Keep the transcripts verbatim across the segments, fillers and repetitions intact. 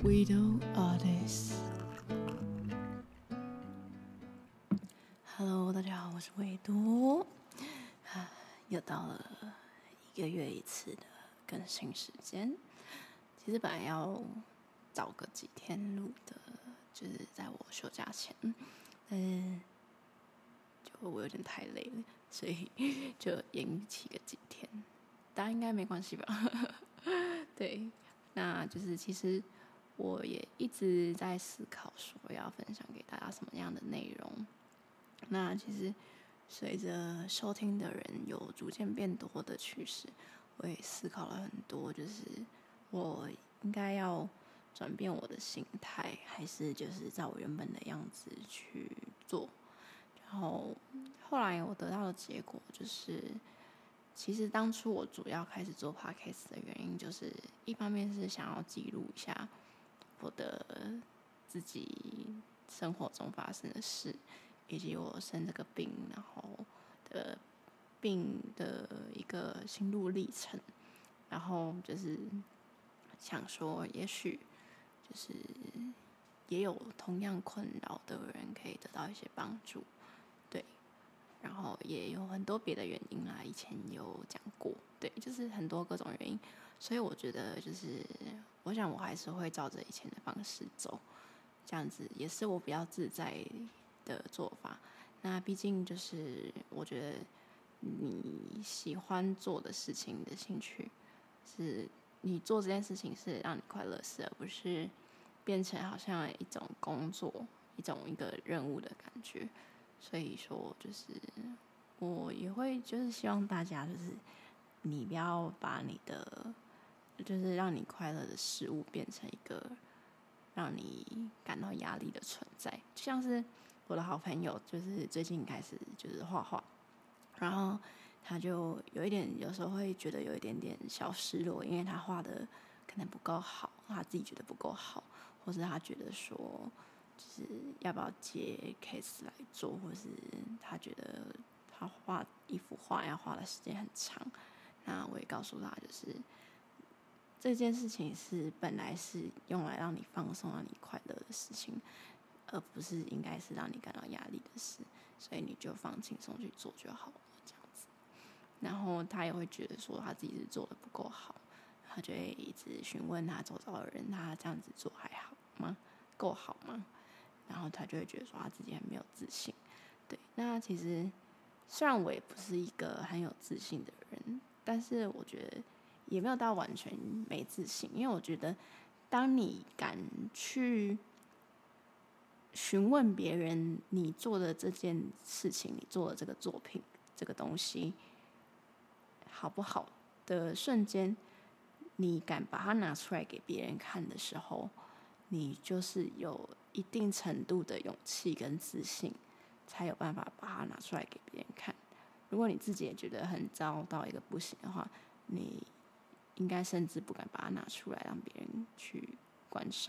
Widow Artist。Hello， 大家好，我是维多。啊，又到了一个月一次的更新时间。其实本来要找个几天录的，就是在我休假前，但是就我有点太累了，所以就延期个几天。大家应该没关系吧？对，那就是其实我也一直在思考，说要分享给大家什么样的内容。那其实随着收听的人有逐渐变多的趋势，我也思考了很多，就是我应该要转变我的心态，还是就是照我原本的样子去做。然后后来我得到的结果就是，其实当初我主要开始做 podcast 的原因，就是一方面是想要记录一下我的自己生活中发生的事，以及我生这个病，然后的病的一个心路历程，然后就是想说，也许就是也有同样困扰的人可以得到一些帮助，对。然后也有很多别的原因啦，以前有讲过，对，就是很多各种原因，所以我觉得就是，我想我还是会照着以前的方式走，这样子也是我比较自在的做法。那毕竟就是我觉得你喜欢做的事情，你的兴趣是你做这件事情是让你快乐事，而不是变成好像一种工作，一种一个任务的感觉。所以说，就是我也会就是希望大家就是你不要把你的就是让你快乐的事物变成一个让你感到压力的存在。就像是我的好朋友，就是最近开始就是画画，然后他就有一点有时候会觉得有一点点小失落，因为他画的可能不够好，他自己觉得不够好，或是他觉得说就是要不要接 case 来做，或是他觉得他画一幅画要花的时间很长。那我也告诉他，就是这件事情是本来是用来让你放松、让你快乐的事情，而不是应该是让你感到压力的事，所以你就放轻松去做就好了，这样子。然后他也会觉得说他自己是做的不够好，他就会一直询问他周遭的人，他这样子做还好吗？够好吗？然后他就会觉得说他自己很没有自信。对，那其实虽然我也不是一个很有自信的人，但是我觉得也没有到完全没自信，因为我觉得当你敢去询问别人你做的这件事情，你做的这个作品，这个东西好不好的瞬间，你敢把它拿出来给别人看的时候，你就是有一定程度的勇气跟自信，才有办法把它拿出来给别人看。如果你自己也觉得很糟到一个不行的话，你应该甚至不敢把它拿出来让别人去观赏。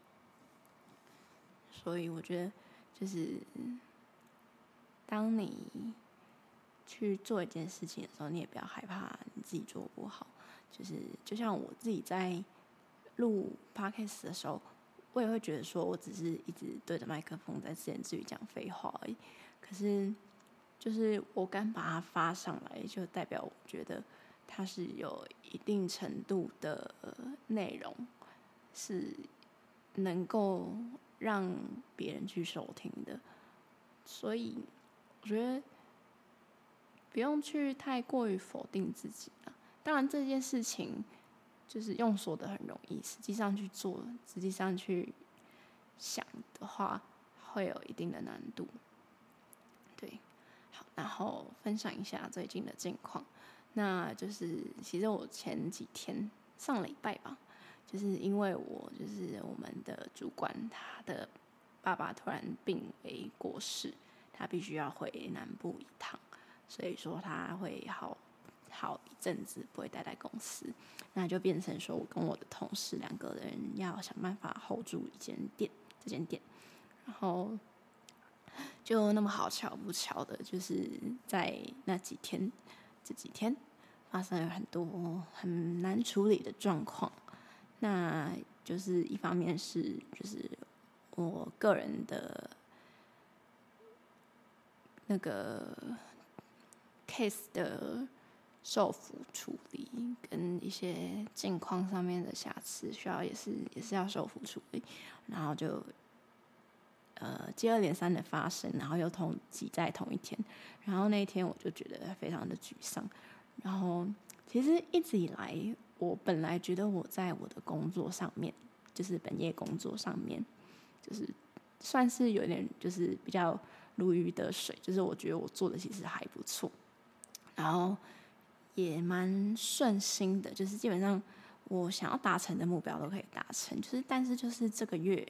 所以我觉得，就是当你去做一件事情的时候，你也不要害怕你自己做不好。就是就像我自己在录 podcast 的时候，我也会觉得说我只是一直对着麦克风在自言自语讲废话而已。可是就是我敢把它发上来，就代表我觉得它是有一定程度的内容，是能够让别人去收听的。所以我觉得不用去太过于否定自己了。当然这件事情就是用说的很容易，实际上去做，实际上去想的话，会有一定的难度。对，好，然后分享一下最近的近况。那就是其实我前几天上礼拜吧，就是因为我就是我们的主管他的爸爸突然病危过世，他必须要回南部一趟，所以说他会好好一阵子不会待在公司，那就变成说我跟我的同事两个人要想办法 hold 住一间店，这间店，然后就那么好巧不巧的，就是在那几天这几天发生了很多很难处理的状况。那就是一方面是就是我个人的那个 case 的受辅处理，跟一些境况上面的瑕疵，需要也是也是要受辅处理，然后就呃接二连三的发生，然后又同挤在同一天，然后那一天我就觉得非常的沮丧。然后其实一直以来，我本来觉得我在我的工作上面，就是本业工作上面，就是算是有点就是比较如鱼得水，就是我觉得我做的其实还不错，然后也蛮顺心的，就是基本上我想要达成的目标都可以达成，就是但是就是这个月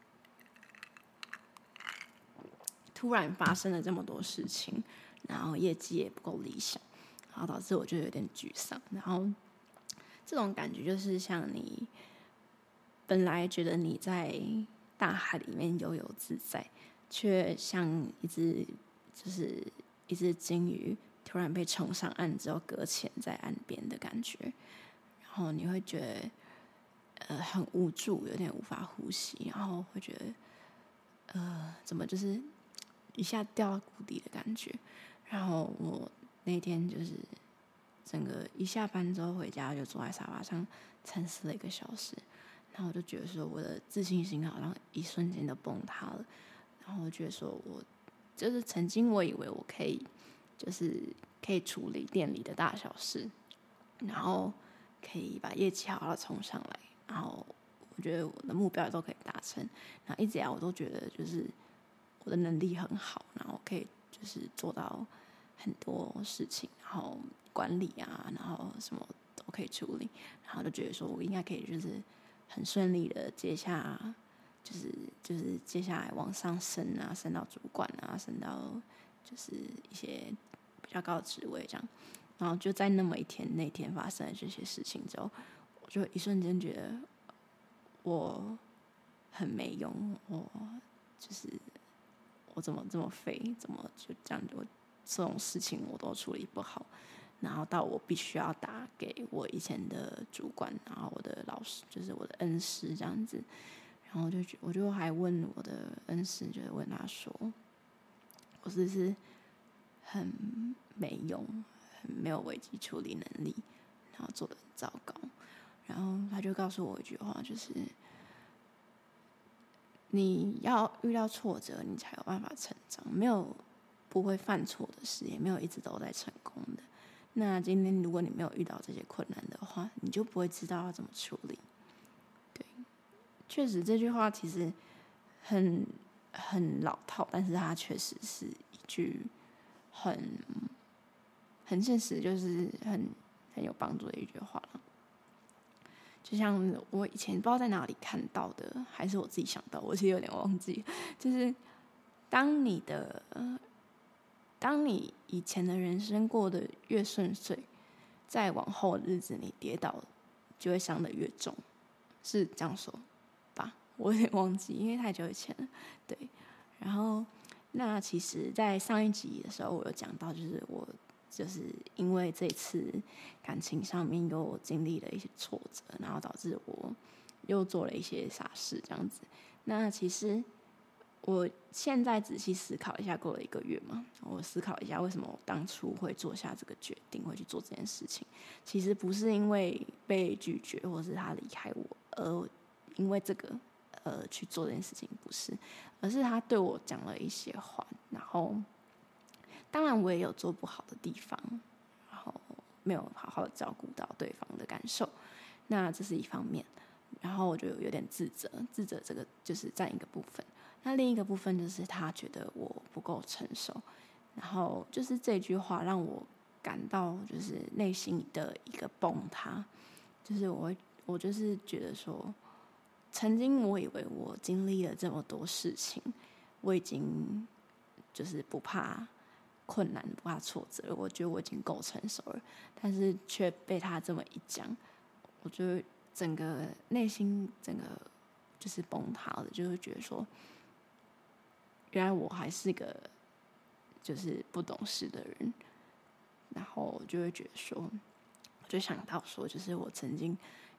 突然发生了这么多事情，然后业绩也不够理想，然后导致我就有点沮丧。然后这种感觉就是像你本来觉得你在大海里面悠游自在，却像一只就是一只鲸鱼突然被冲上岸之后搁浅在岸边的感觉，然后你会觉得呃很无助，有点无法呼吸，然后会觉得呃怎么就是一下掉到谷底的感觉。然后我那天就是整个一下班之后回家，就坐在沙发上沉思了一个小时，然后我就觉得说我的自信心好像一瞬间都崩塌了。然后我觉得说我就是曾经我以为我可以就是可以处理店里的大小事，然后可以把业绩好好的冲上来，然后我觉得我的目标也都可以达成。然后一直以来我都觉得就是我的能力很好，然后可以就是做到很多事情，然后管理啊，然后什么都可以处理，然后就觉得说我应该可以就是很顺利的接下，就是就是接下来往上升啊，升到主管啊，升到就是一些比较高的职位这样。然后就在那么一天那天发生了这些事情之后，我就一瞬间觉得我很没用，我就是我怎么这么废，怎么就这样我这种事情我都处理不好，然后到我必须要打给我以前的主管，然后我的老师就是我的恩师这样子，然后我就我就还问我的恩师，就是问他说，我是不是很没用，很没有危机处理能力，然后做得很糟糕。然后他就告诉我一句话，就是你要遇到挫折，你才有办法成长，没有不会犯错的事，也没有一直都在成功的。那今天如果你没有遇到这些困难的话，你就不会知道要怎么处理。对，确实这句话其实很很老套，但是它确实是一句很很现实，就是很很有帮助的一句话了。就像我以前不知道在哪里看到的，还是我自己想到，我其实有点忘记。就是当你的，当你以前的人生过得越顺遂，再往后的日子你跌倒就会伤得越重，是这样说吧？我有点忘记，因为太久以前了。对，然后那其实，在上一集的时候，我有讲到，就是我。就是因为这次感情上面又经历了一些挫折，然后导致我又做了一些傻事这样子。那其实我现在仔细思考一下，过了一个月嘛，我思考一下为什么我当初会做下这个决定，会去做这件事情。其实不是因为被拒绝，或是他离开我，而因为这个呃去做这件事情，不是，而是他对我讲了一些话，然后。当然，我也有做不好的地方，然后没有好好的照顾到对方的感受，那这是一方面。然后我就有点自责，自责这个就是占一个部分。那另一个部分就是他觉得我不够成熟，然后就是这句话让我感到就是内心的一个崩塌，就是我我就是觉得说，曾经我以为我经历了这么多事情，我已经就是不怕。困难不怕挫折，我觉得我已经够成熟了，但是却被他这么一讲，我觉得整个内心整个就是崩塌了，就会觉得说，原来我还是个就是不懂事的人，然后我就会觉得说，我就想到说，就是我曾经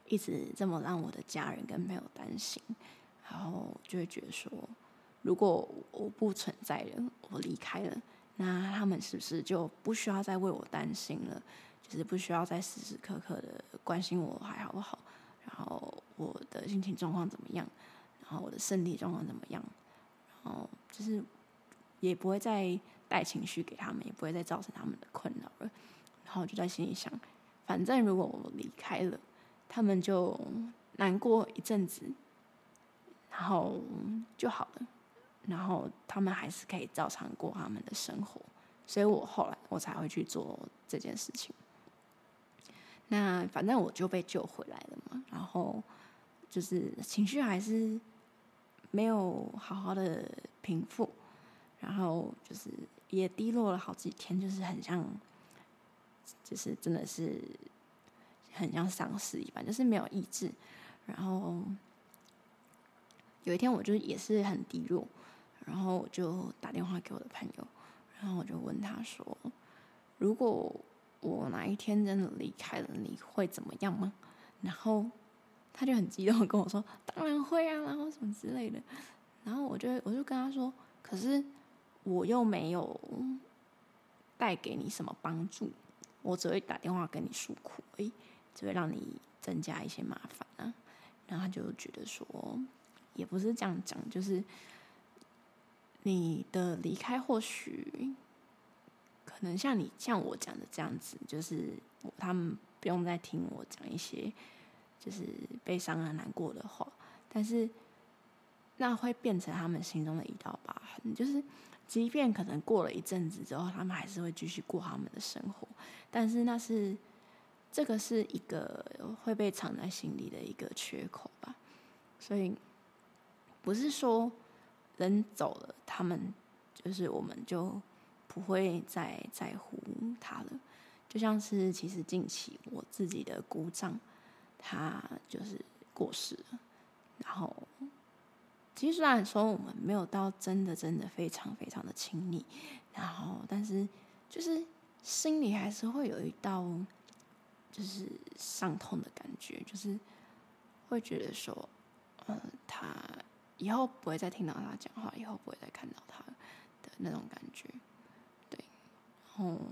一直这么让我的家人跟朋友担心，然后就会觉得说，如果我不存在了，我离开了，那他们是不是就不需要再为我担心了？就是不需要再时时刻刻的关心我还好不好，然后我的心情状况怎么样，然后我的身体状况怎么样，然后就是也不会再带情绪给他们，也不会再造成他们的困扰了。然后我就在心里想，反正如果我离开了，他们就难过一阵子，然后就好了，然后他们还是可以照常过他们的生活。所以我后来我才会去做这件事情。那反正我就被救回来了嘛，然后就是情绪还是没有好好的平复，然后就是也低落了好几天，就是很像，就是真的是很像丧尸一般，就是没有意志。然后有一天我就也是很低落，然后我就打电话给我的朋友，然后我就问他说，如果我哪一天真的离开了，你会怎么样吗？然后他就很激动地跟我说，当然会啊，然后什么之类的。然后我就我就跟他说，可是我又没有带给你什么帮助，我只会打电话跟你诉苦而已，只会让你增加一些麻烦啊。然后他就觉得说，也不是这样讲，就是你的离开或许可能像你像我讲的这样子，就是他们不用再听我讲一些就是悲伤啊难过的话，但是那会变成他们心中的一道疤痕，就是即便可能过了一阵子之后，他们还是会继续过他们的生活，但是那是这个是一个会被藏在心里的一个缺口吧。所以不是说人走了，他们就是我们就不会再在乎他了。就像是其实近期我自己的姑丈，他就是过世了，然后其实虽然说我们没有到真的真的非常非常的亲密，然后但是就是心里还是会有一道就是伤痛的感觉，就是会觉得说，呃，他以后不会再听到他讲话，以后不会再看到他的那种感觉，对，然后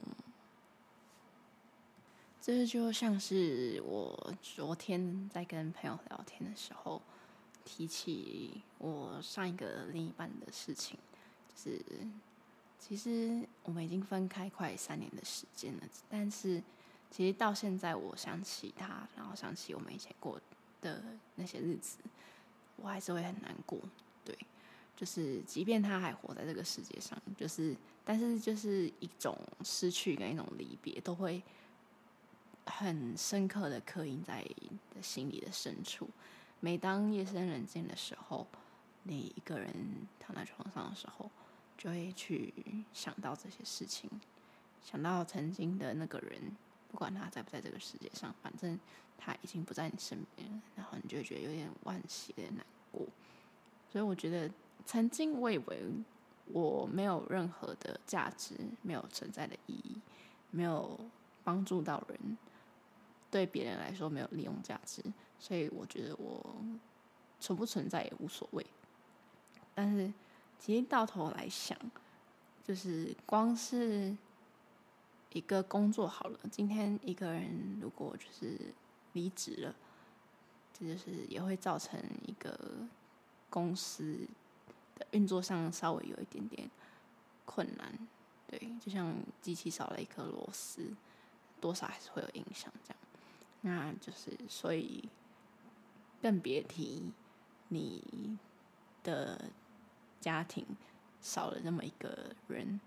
这就像是我昨天在跟朋友聊天的时候，提起我上一个另一半的事情，就是其实我们已经分开快三年的时间了，但是其实到现在我想起他，然后想起我们以前过的那些日子，我还是会很难过。对，就是即便他还活在这个世界上，就是但是就是一种失去跟一种离别，都会很深刻的刻印在心里的深处。每当夜深人静的时候，你一个人躺在床上的时候，就会去想到这些事情，想到曾经的那个人，不管他在不在这个世界上，反正他已经不在你身边了，然后你就会觉得有点惋惜，有点难过。所以我觉得曾经我以为我没有任何的价值，没有存在的意义，没有帮助到人，对别人来说没有利用价值，所以我觉得我存不存在也无所谓。但是其实到头来想，就是光是一个工作好了，今天一个人如果就是离职了，这就是也会造成一个公司的运作上稍微有一点点困难。对，就像机器少了一颗螺丝，多少还是会有影响这样。那就是所以更别提你的家庭少了那么一个人，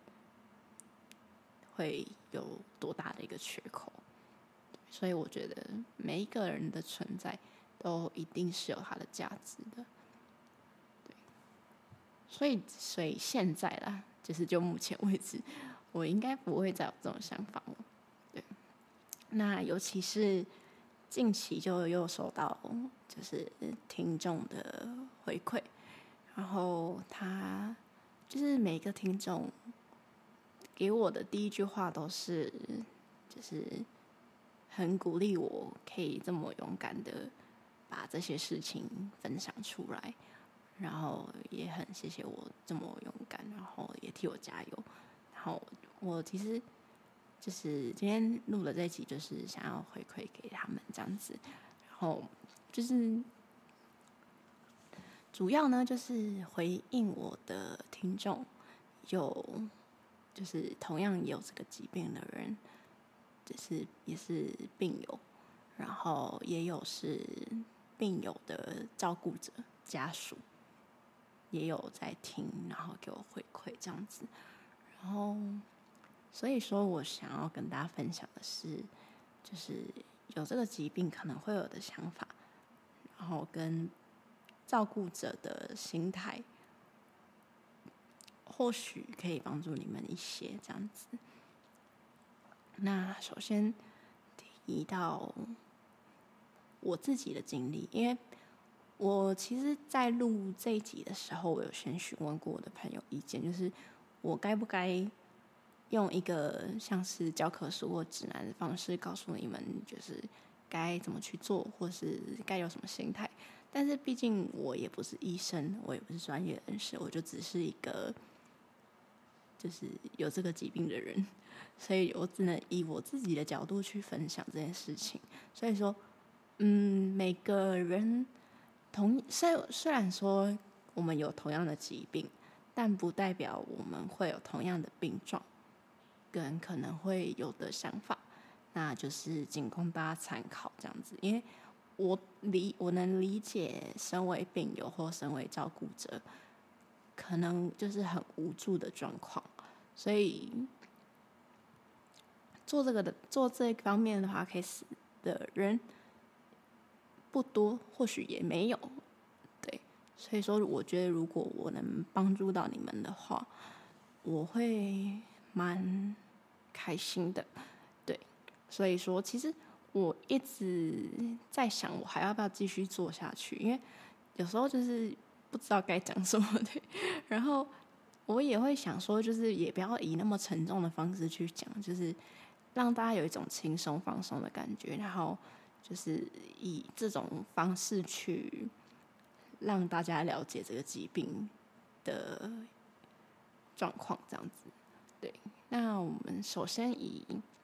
会有多大的一个缺口。所以我觉得每一个人的存在都一定是有它的价值的。对，所以所以现在啦，就是就目前为止，我应该不会再有这种想法了。对，那尤其是近期就又收到就是听众的回馈，然后他就是每个听众给我的第一句话都是，就是很鼓励我可以这么勇敢的把这些事情分享出来，然后也很谢谢我这么勇敢，然后也替我加油。然后我其实就是今天录了这一集，就是想要回馈给他们这样子，然后就是主要呢就是回应我的听众，有就是同样也有这个疾病的人，就是也是病友，然后也有是病友的照顾者家属，也有在听，然后给我回馈这样子。然后所以说我想要跟大家分享的是，就是有这个疾病可能会有的想法，然后跟照顾者的心态，或许可以帮助你们一些这样子。那首先提到我自己的经历，因为我其实在录这一集的时候，我有先询问过我的朋友意见，就是我该不该用一个像是教科书或指南的方式告诉你们，就是该怎么去做，或是该有什么心态。但是毕竟我也不是医生，我也不是专业人士，我就只是一个就是有这个疾病的人，所以我只能以我自己的角度去分享这件事情。所以说，嗯，每个人同虽虽然说我们有同样的疾病，但不代表我们会有同样的病状跟可能会有的想法，那就是仅供大家参考这样子。因为我理我能理解，身为病友或身为照顾者，可能就是很无助的状况，所以做这个的做这方面的话 case 的人不多，或许也没有，对，所以说我觉得如果我能帮助到你们的话，我会蛮开心的，对，所以说其实我一直在想，我还要不要继续做下去？因为有时候就是不知道该讲什么，对。然后我也会想说，就是也不要以那么沉重的方式去讲，就是让大家有一种轻松放松的感觉，然后就是以这种方式去让大家了解这个疾病的状况，这样子。对，那我们首先以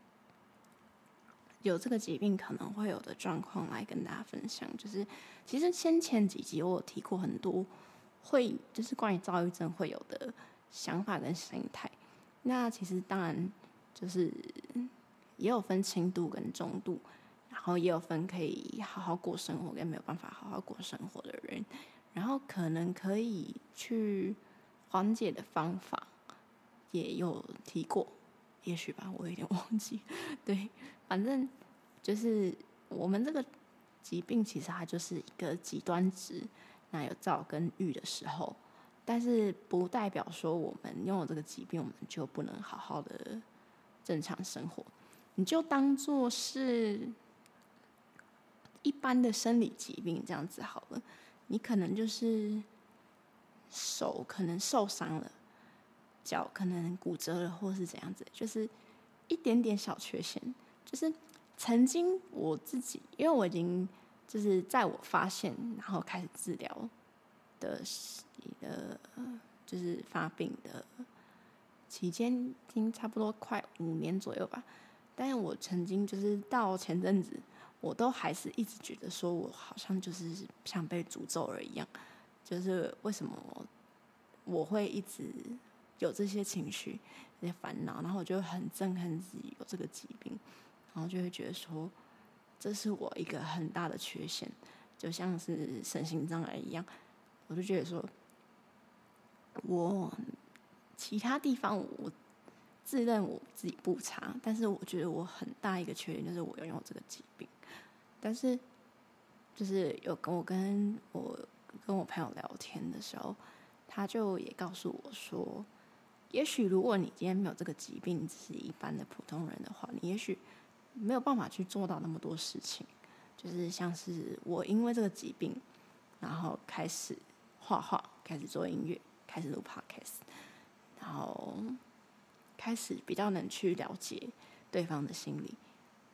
有这个疾病可能会有的状况来跟大家分享，就是其实先前几集我有提过很多会就是关于躁郁症会有的想法跟心态。那其实当然就是也有分轻度跟中度，然后也有分可以好好过生活跟没有办法好好过生活的人，然后可能可以去缓解的方法也有提过，也许吧，我有点忘记。对，反正就是我们这个疾病其实它就是一个极端值，那有躁跟郁的时候，但是不代表说我们拥有这个疾病，我们就不能好好的正常生活。你就当做是一般的生理疾病这样子好了。你可能就是手可能受伤了，脚可能骨折了，或是怎样子，就是一点点小缺陷。就是曾经我自己，因为我已经就是在我发现然后开始治疗的的，就是发病的期间，已经差不多快五年左右吧。但是我曾经就是到前阵子，我都还是一直觉得说我好像就是像被诅咒了一样，就是为什么我会一直有这些情绪、这些烦恼，然后我就很憎恨自己有这个疾病，然后就会觉得说这是我一个很大的缺陷，就像是身心障碍一样。我就觉得说我其他地方我自认我自己不差，但是我觉得我很大一个缺点就是我拥有这个疾病。但是就是有跟我跟我跟我朋友聊天的时候，他就也告诉我说，也许如果你今天没有这个疾病，你只是一般的普通人的话，你也许没有办法去做到那么多事情。就是像是我因为这个疾病，然后开始画画，开始做音乐，开始录 podcast， 然后开始比较能去了解对方的心理，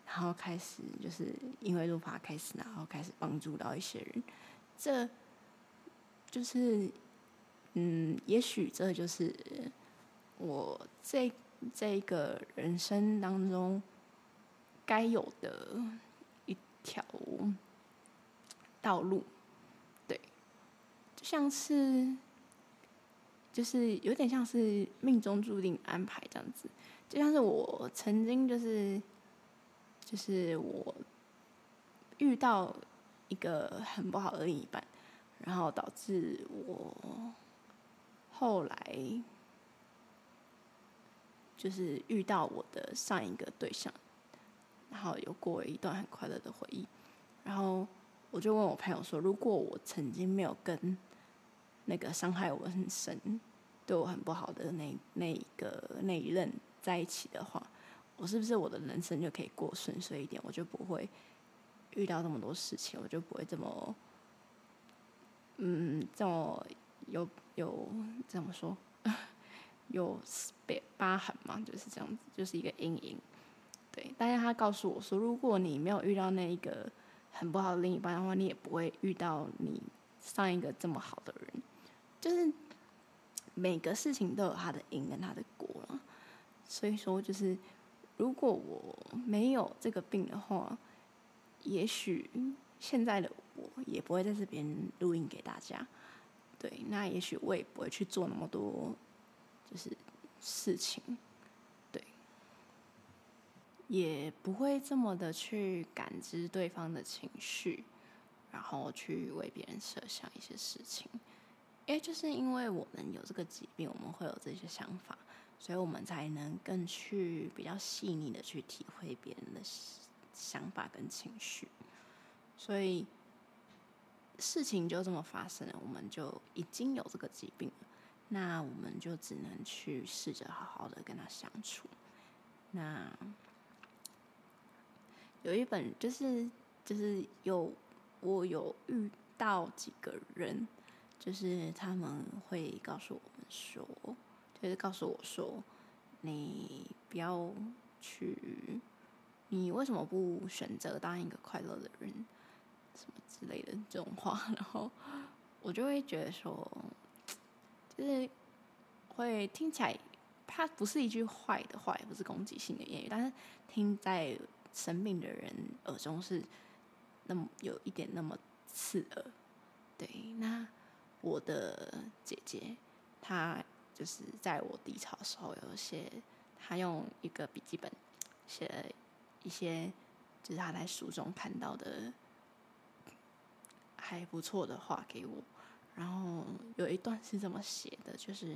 然后开始就是因为录 podcast，然后开始帮助到一些人。这就是嗯，也许这就是我这这个人生当中该有的一条道路。对，就像是就是有点像是命中注定安排这样子。就像是我曾经就是就是我遇到一个很不好的另一半，然后导致我后来就是遇到我的上一个对象，然后有过一段很快乐的回忆。然后我就问我朋友说，如果我曾经没有跟那个伤害我很深、对我很不好的那那一个那一任在一起的话，我是不是我的人生就可以过顺遂一点？我就不会遇到那么多事情，我就不会这么嗯这么有有怎么说有疤痕嘛，就是这样子，就是一个阴影。对，但是他告诉我说，如果你没有遇到那一个很不好的另一半的话，你也不会遇到你上一个这么好的人。就是每个事情都有它的因跟它的果了，所以说就是如果我没有这个病的话，也许现在的我也不会在这边录音给大家。对，那也许我也不会去做那么多就是事情，对，也不会这么的去感知对方的情绪，然后去为别人设想一些事情。因为就是因为我们有这个疾病，我们会有这些想法，所以我们才能更去比较细腻的去体会别人的想法跟情绪。所以事情就这么发生了，我们就已经有这个疾病了，那我们就只能去试着好好的跟他相处。那有一本就是就是有我有遇到几个人，就是他们会告诉我们说，就是告诉我说，你不要去，你为什么不选择当一个快乐的人，什么之类的这种话，然后我就会觉得说，就是会听起来，它不是一句坏的话，也不是攻击性的言语，但是听在生病的人耳中是那么有一点那么刺耳。对，那我的姐姐，她就是在我低潮的时候，有些她用一个笔记本写了一些，就是她在书中看到的还不错的话给我。然后有一段是这么写的，就是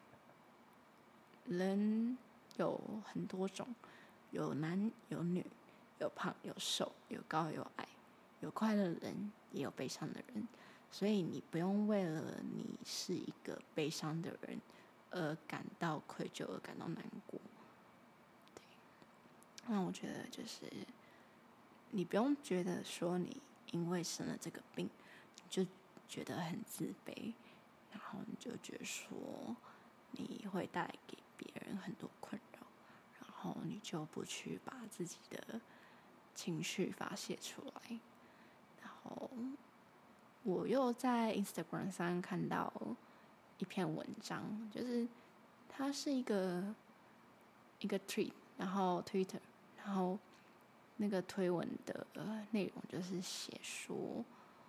人有很多种，有男有女，有胖有瘦，有高有矮，有快乐的人，也有悲伤的人。所以你不用为了你是一个悲伤的人而感到愧疚，而感到难过。对，那我觉得就是你不用觉得说你因为生了这个病，你就觉得很自卑，然后你就觉得说你会带来给别人很多困扰，然后你就不去把自己的情绪发泄出来。然后我又在 Instagram 上看到一篇文章，就是它是一个一个 tweet， 然后 Twitter， 然后那个推文的内容就是写说，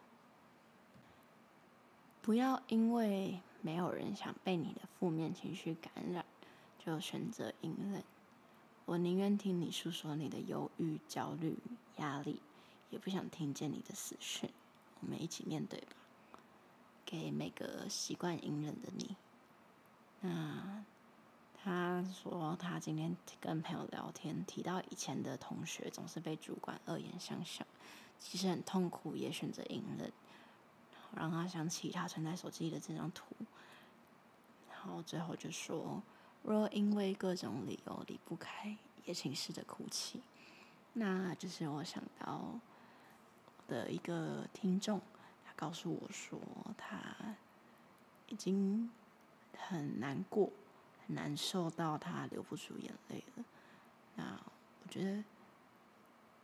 不要因为没有人想被你的负面情绪感染，就选择隐忍。我宁愿听你诉说你的忧郁、焦虑、压力，也不想听见你的死讯。我们一起面对吧，给每个习惯隐忍的你。那他说他今天跟朋友聊天，提到以前的同学总是被主管恶言相向，其实很痛苦，也选择隐忍。让他想起他存在手机里的这张图，然后最后就说，若因为各种理由离不开，也请试着哭泣。那就是我想到的一个听众，他告诉我说，他已经很难过，很难受到他流不出眼泪了。那我觉得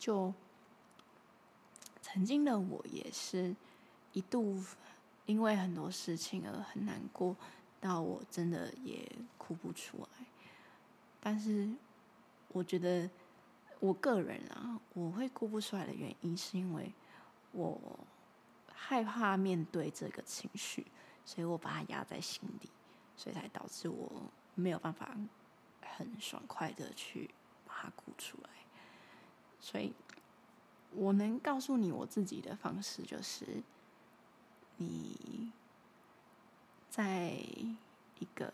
就曾经的我也是一度因为很多事情而很难过，到我真的也哭不出来。但是我觉得我个人啊，我会哭不出来的原因是因为我害怕面对这个情绪，所以我把它压在心里，所以才导致我没有办法很爽快的去把它哭出来。所以我能告诉你我自己的方式，就是你在一个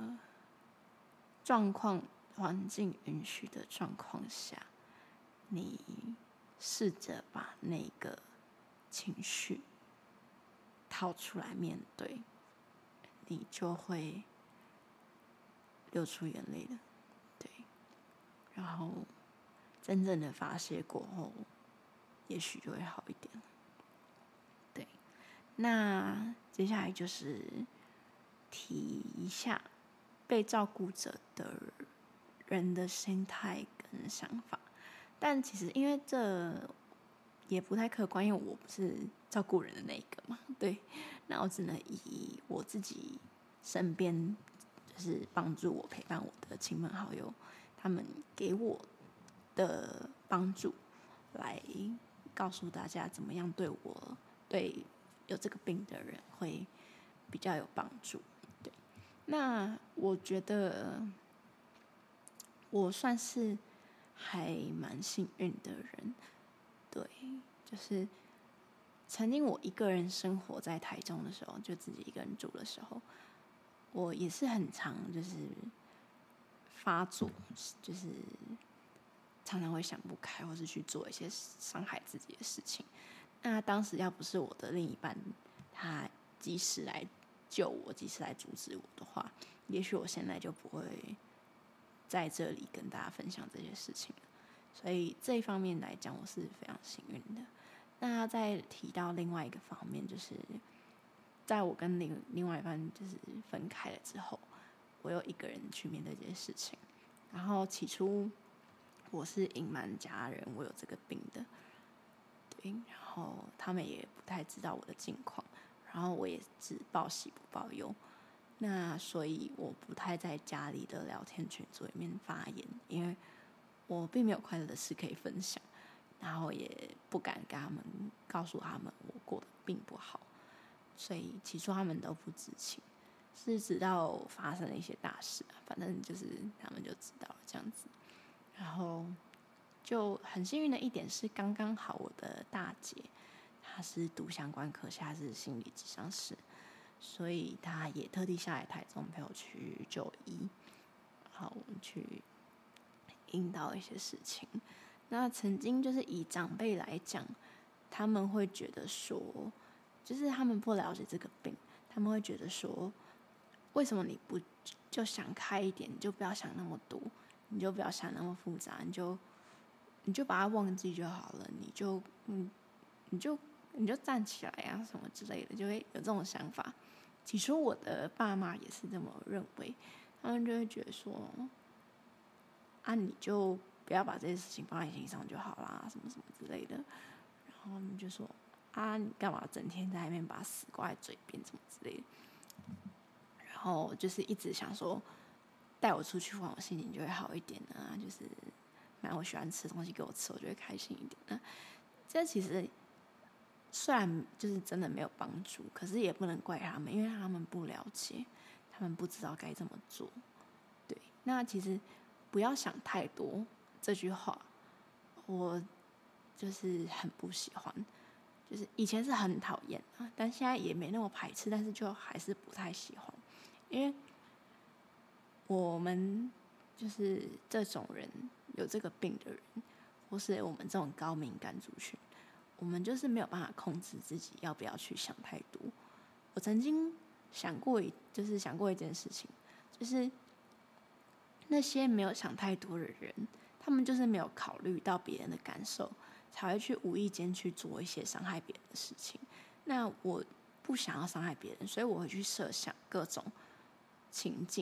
状况环境允许的状况下，你试着把那个情绪掏出来面对，你就会流出眼泪了。对，然后真正的发泄过后，也许就会好一点。对，那接下来就是提一下被照顾者的人的心态跟想法。但其实因为这也不太客观，因为我不是照顾人的那一个嘛，对，那我只能以我自己身边就是帮助我陪伴我的亲朋好友，他们给我的帮助来告诉大家怎么样对我对有这个病的人会比较有帮助。对，那我觉得我算是还蛮幸运的人。对，就是曾经我一个人生活在台中的时候，就自己一个人住的时候，我也是很常就是发作，就是常常会想不开，或是去做一些伤害自己的事情。那当时要不是我的另一半他及时来救我，及时来阻止我的话，也许我现在就不会在这里跟大家分享这些事情了。所以这一方面来讲，我是非常幸运的。那再提到另外一个方面，就是在我跟另另外一半就是分开了之后，我又一个人去面对这些事情。然后起初我是隐瞒家人我有这个病的，对，然后他们也不太知道我的近况，然后我也只报喜不报忧。那所以我不太在家里的聊天群组里面发言，因为我并没有快乐的事可以分享，然后也不敢跟他们告诉他们我过得并不好，所以起初他们都不知情，是直到发生了一些大事，反正就是他们就知道了这样子。然后就很幸运的一点是，刚刚好我的大姐她是读相关科系，她是心理咨商师，所以她也特地下来台中陪我去就医，然后我们去引导一些事情。那曾经就是以长辈来讲，他们会觉得说，就是他们不了解这个病，他们会觉得说，为什么你不就想开一点，你就不要想那么多，你就不要想那么复杂，你就你就把它忘记就好了，你就嗯，你就你就站起来啊什么之类的，就会有这种想法。起初我的爸妈也是这么认为，他们就会觉得说，啊你就不要把这些事情放在心上就好啦，什么什么之类的。然后他们就说，啊你干嘛整天在那边把死挂在嘴边，什么之类的。然后就是一直想说，带我出去玩，我心情就会好一点啊，就是买我喜欢吃的东西给我吃，我就会开心一点。那这其实虽然就是真的没有帮助，可是也不能怪他们，因为他们不了解，他们不知道该怎么做。对，那其实不要想太多这句话，我就是很不喜欢。就是以前是很讨厌啊，但现在也没那么排斥，但是就还是不太喜欢，因为我们就是这种人，有这个病的人，或是我们这种高敏感族群，我们就是没有办法控制自己要不要去想太多。我曾经想过一，就是想过一件事情，就是那些没有想太多的人，他们就是没有考虑到别人的感受，才会去无意间去做一些伤害别人的事情。那我不想要伤害别人，所以我会去设想各种情境，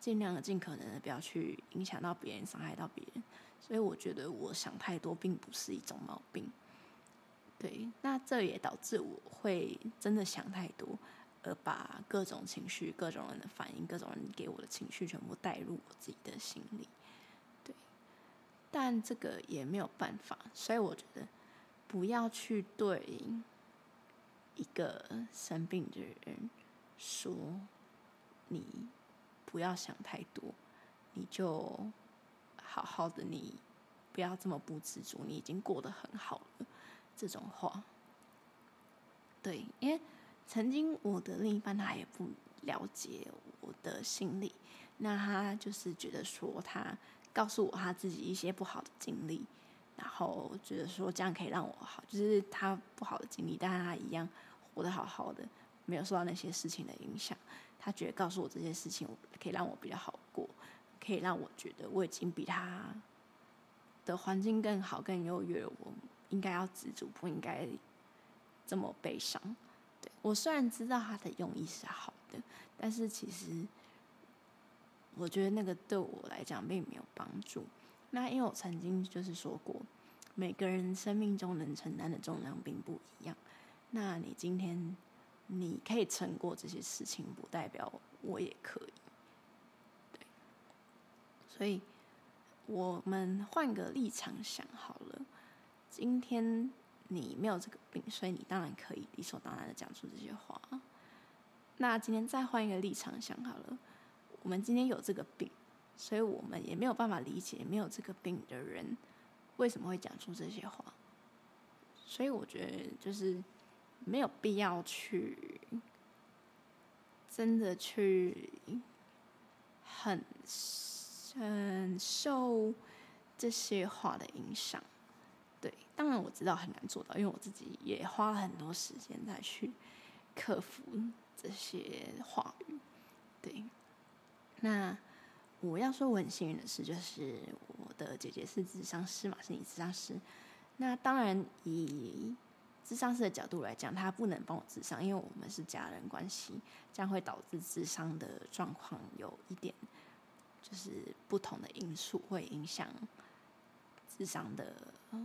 尽量的、尽可能的不要去影响到别人、伤害到别人。所以我觉得我想太多并不是一种毛病。对，那这也导致我会真的想太多，而把各种情绪、各种人的反应、各种人给我的情绪全部带入我自己的心里。对，但这个也没有办法，所以我觉得不要去对一个生病的人说你不要想太多，你就好好的，你不要这么不知足，你已经过得很好了，这种话。对，因为曾经我的另一半他也不了解我的心理，那他就是觉得说他告诉我他自己一些不好的经历，然后觉得说这样可以让我好，就是他不好的经历，但是他一样活得好好的，没有受到那些事情的影响。他觉得告诉我这些事情可以让我比较好过，可以让我觉得我已经比他的环境更好、更优越了，我应该要知足，不应该这么悲伤。对，我虽然知道他的用意是好的，但是其实我觉得那个对我来讲并没有帮助。那因为我曾经就是说过，每个人生命中能承担的重量并不一样。那你今天你可以撑过这些事情，不代表我也可以。对，所以我们换个立场想好了，今天你没有这个病，所以你当然可以理所当然的讲出这些话。那今天再换一个立场想好了，我们今天有这个病，所以我们也没有办法理解没有这个病的人为什么会讲出这些话。所以我觉得就是没有必要去真的去很很受这些话的影响。对，当然我知道很难做到，因为我自己也花了很多时间在去克服这些话语。对，那我要说我很幸运的事，就是我的姐姐是諮商师嘛，心理諮商师。那当然以諮商师的角度来讲，他不能帮我諮商，因为我们是家人关系，这样会导致諮商的状况有一点就是不同的因素会影响諮商的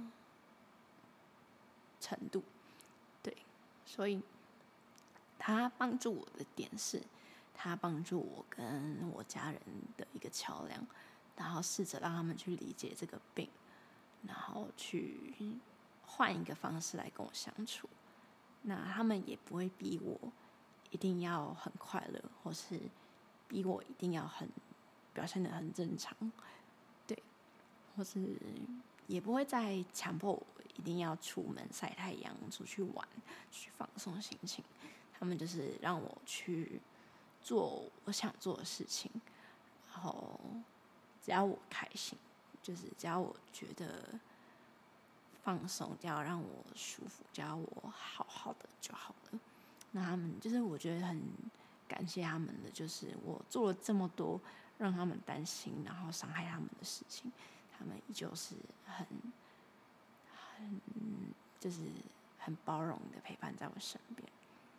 程度。对，所以他帮助我的点是，他帮助我跟我家人的一个桥梁，然后试着让他们去理解这个病，然后去换一个方式来跟我相处。那他们也不会逼我一定要很快乐，或是逼我一定要很表现得很正常，对，或是也不会再强迫我一定要出门晒太阳、出去玩、去放松心情。他们就是让我去做我想做的事情，然后只要我开心，就是只要我觉得放松，只要让我舒服，只要我好好的就好了。那他们就是我觉得很感谢他们的，就是我做了这么多让他们担心然后伤害他们的事情，他们依旧是很很就是很包容的陪伴在我身边。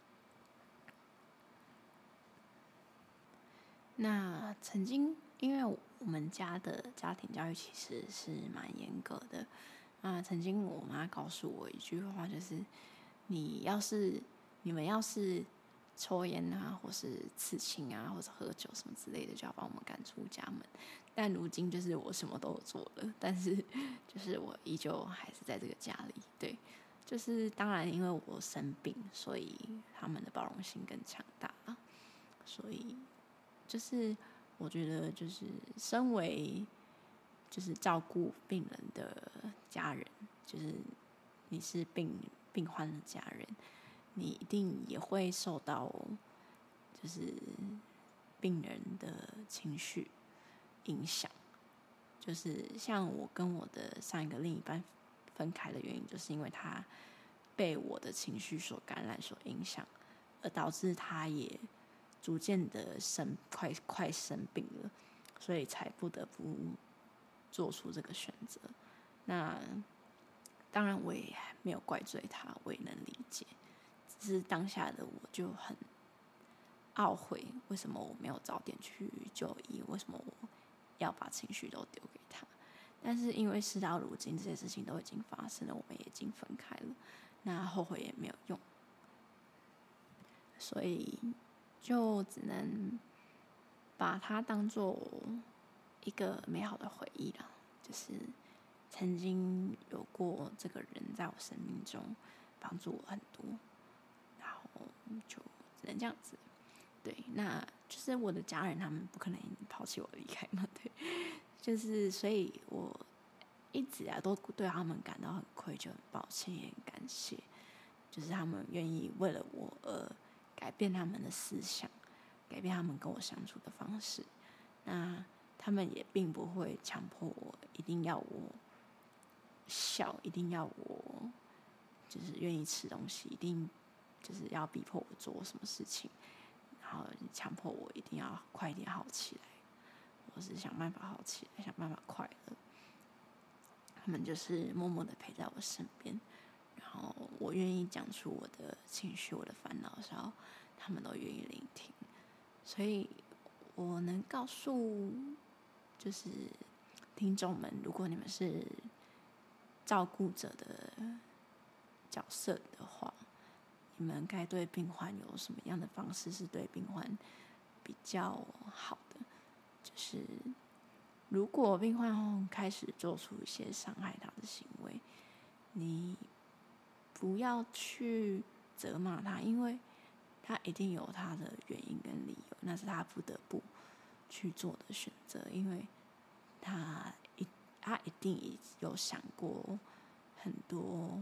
那曾经因为我们家的家庭教育其实是蛮严格的，那曾经我妈告诉我一句话，就是你要是你们要是抽烟啊，或是刺青啊，或者喝酒什么之类的，就要把我们赶出家门。但如今就是我什么都有做了，但是就是我依旧还是在这个家里。对，就是当然因为我生病，所以他们的包容性更强大，所以就是我觉得就是身为就是照顾病人的家人，就是你是病病患的家人，你一定也会受到就是病人的情绪影响。就是像我跟我的上一个另一半分开的原因，就是因为他被我的情绪所感染、所影响，而导致他也逐渐的生快快生病了，所以才不得不做出这个选择。那当然我也没有怪罪他，我也能理解，只是当下的我就很懊悔，为什么我没有早点去就医？为什么我要把情绪都丢给他？但是因为事到如今，这些事情都已经发生了，我们也已经分开了，那后悔也没有用，所以就只能把它当做一个美好的回忆啦，就是曾经有过这个人在我生命中帮助我很多，然后就只能这样子。对，那就是我的家人，他们不可能抛弃我离开嘛，对，就是所以我一直啊都对他们感到很愧疚、很抱歉，也很感谢，就是他们愿意为了我而改变他们的思想，改变他们跟我相处的方式。那他们也并不会强迫我一定要我笑，一定要我就是愿意吃东西，一定就是要逼迫我做什么事情，然后强迫我一定要快一点好起来，或是想办法好起来，想办法快乐。他们就是默默的陪在我身边，然后我愿意讲出我的情绪、我的烦恼的时候，他们都愿意聆听。所以我能告诉就是听众们，如果你们是照顾者的角色的话，你们该对病患有什么样的方式是对病患比较好的？就是如果病患开始做出一些伤害他的行为，你不要去责骂他，因为他一定有他的原因跟理由，那是他不得不去做的选择，因为他一他一定有想过很多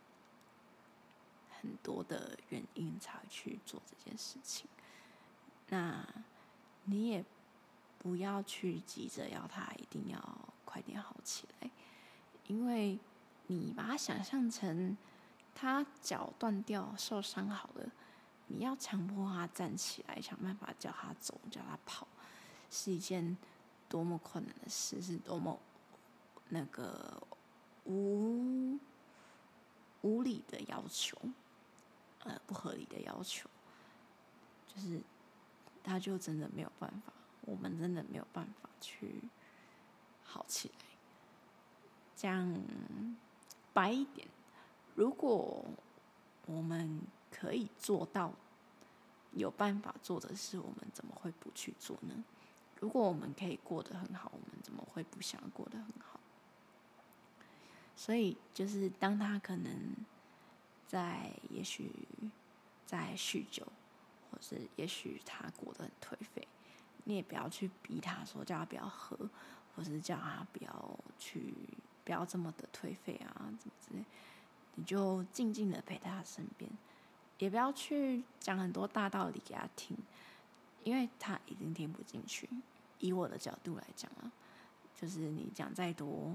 很多的原因才去做这件事情。那你也不要去急着要他一定要快点好起来，因为你把他想象成他脚断掉受伤好了，你要强迫他站起来，想办法叫他走，叫他跑，是一件多么困难的事，是多么那个无无理的要求，呃，不合理的要求，就是他就真的没有办法，我们真的没有办法去好起来。这样白一点，如果我们可以做到有办法做的事，我们怎么会不去做呢？如果我们可以过得很好，我们怎么会不想过得很好？所以就是当他可能在也许在酗酒，或是也许他过得很颓废，你也不要去逼他说叫他不要喝，或是叫他不要去不要这么的颓废啊，怎么之类，你就静静的陪在他身边，也不要去讲很多大道理给他听，因为他一定听不进去。以我的角度来讲啊，就是你讲再多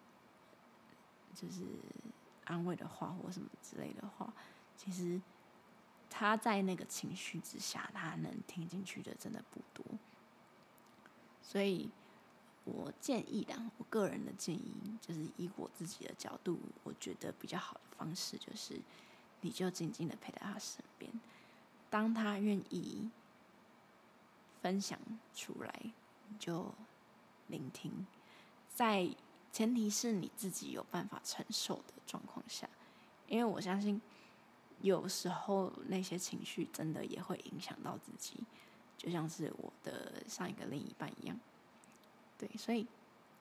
就是安慰的话或什么之类的话，其实他在那个情绪之下，他能听进去的真的不多。所以我建议啦，我个人的建议就是以我自己的角度，我觉得比较好的方式就是，你就静静的陪在他身边，当他愿意分享出来，你就聆听，在前提是你自己有办法承受的状况下，因为我相信有时候那些情绪真的也会影响到自己，就像是我的上一个另一半一样。对，所以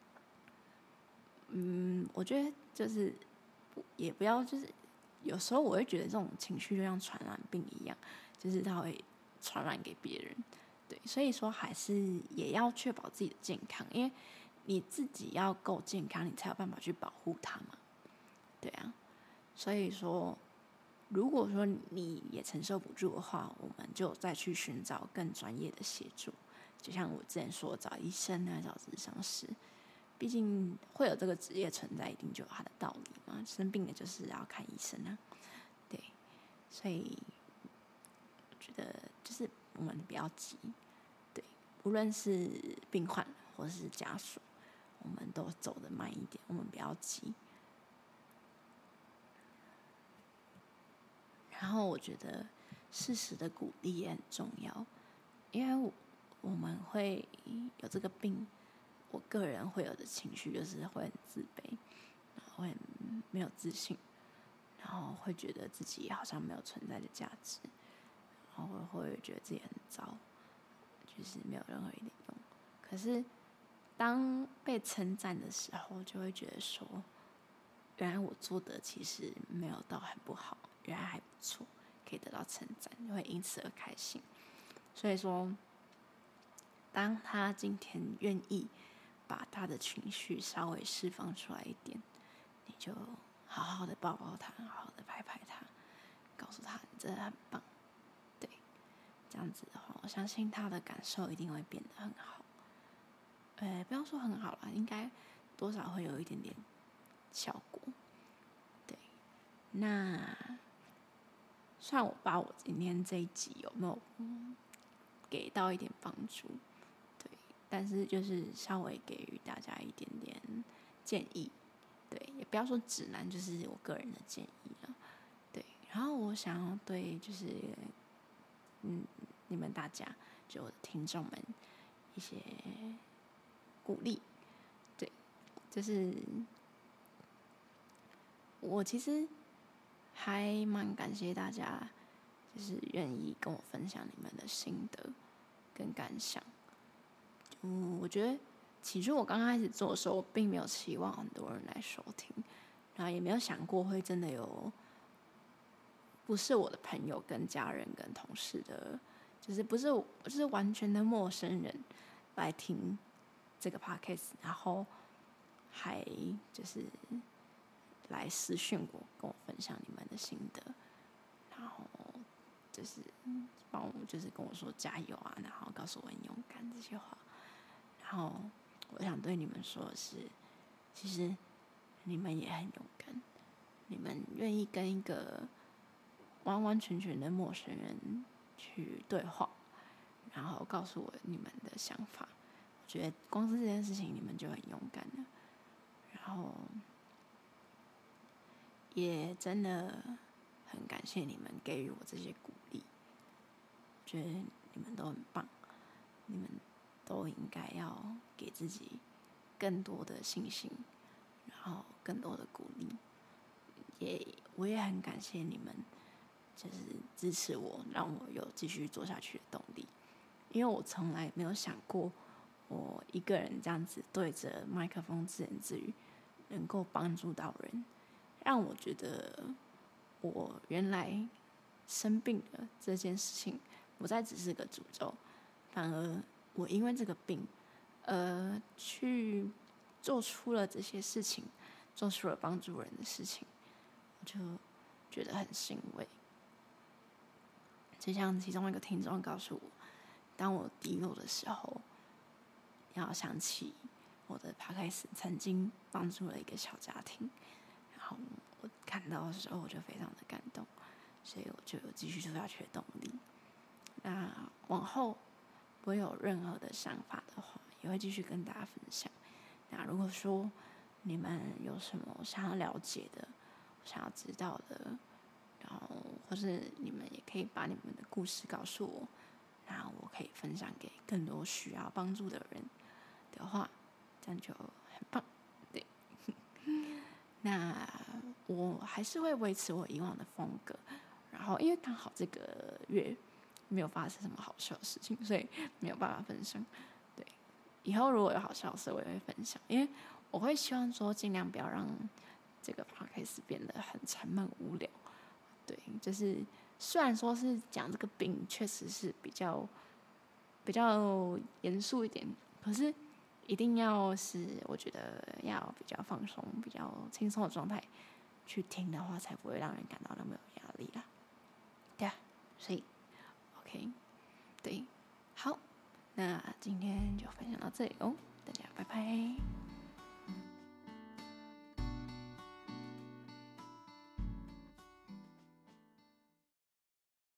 嗯，我觉得就是也不要就是有时候我会觉得这种情绪就像传染病一样，就是它会传染给别人。对，所以说还是也要确保自己的健康，因为你自己要够健康，你才有办法去保护它嘛。对啊，所以说如果说你也承受不住的话，我们就再去寻找更专业的协助，就像我之前说找医生啊，找咨商师，毕竟会有这个职业存在，一定就有它的道理嘛。生病的就是要看医生啊，对，所以我觉得就是我们不要急，对，无论是病患或是家属，我们都走得慢一点，我们不要急。然后我觉得适时的鼓励也很重要， 因为 我, 我们会有这个病，我个人会有的情绪就是会很自卑，然后会很没有自信，然后会觉得自己好像没有存在的价值，然后会觉得自己很糟，就是没有任何一点用。可是当被称赞的时候，就会觉得说，原来我做的其实没有到很不好，原来还不错，可以得到称赞，就会因此而开心。所以说，当他今天愿意把他的情绪稍微释放出来一点，你就好好的抱抱他，好好的拍拍他，告诉他你真的很棒。对，这样子的话，我相信他的感受一定会变得很好。呃，不要说很好啦，应该多少会有一点点效果。对，那虽然我把我今天这一集有没有、嗯、给到一点帮助，对，但是就是稍微给予大家一点点建议，对，也不要说指南，就是我个人的建议了，对。然后我想要对就是嗯你们大家，就我的听众们一些鼓励，对，就是我其实还蛮感谢大家，就是愿意跟我分享你们的心得跟感想。嗯，我觉得起初我刚开始做的时候，我并没有期望很多人来收听，然后也没有想过会真的有不是我的朋友、跟家人、跟同事的，就是不是就是完全的陌生人来听这个 podcast， 然后还就是来私讯我，跟我分享你们的心得，然后就是帮我就是跟我说加油啊，然后告诉我很勇敢这些话。然后我想对你们说的是，其实你们也很勇敢，你们愿意跟一个完完全全的陌生人去对话，然后告诉我你们的想法。我觉得光是这件事情你们就很勇敢了，然后也真的很感谢你们给予我这些鼓励。我觉得你们都很棒，你们都应该要给自己更多的信心，然后更多的鼓励。也我也很感谢你们，就是支持我，让我有继续做下去的动力。因为我从来没有想过，我一个人这样子对着麦克风自言自语，能够帮助到人，让我觉得我原来生病了这件事情不再只是个诅咒，反而我因为这个病，呃，去做出了这些事情，做出了帮助人的事情，我就觉得很欣慰。就像其中一个听众告诉我，当我低落的时候，要想起我的 podcast 曾经帮助了一个小家庭，然后我看到的时候我就非常的感动，所以我就有继续做下去的动力。那往后我有任何的想法的话，也会继续跟大家分享。那如果说你们有什么想要了解的、想要知道的，然后或是你们也可以把你们的故事告诉我，然后我可以分享给更多需要帮助的人的话，这样就很棒。对，那我还是会维持我以往的风格，然后因为刚好这个月没有发生什么好笑的事情，所以没有办法分享。对，以后如果有好笑的事，我也会分享，因为我会希望说尽量不要让这个 podcast 变得很沉闷无聊。对，就是虽然说是讲这个病，确实是比较比较严肃一点，可是一定要是我觉得要比较放松、比较轻松的状态去听的话，才不会让人感到那么有压力啦。对啊，所以 OK， 对，好，那今天就分享到这里哦，大家拜拜。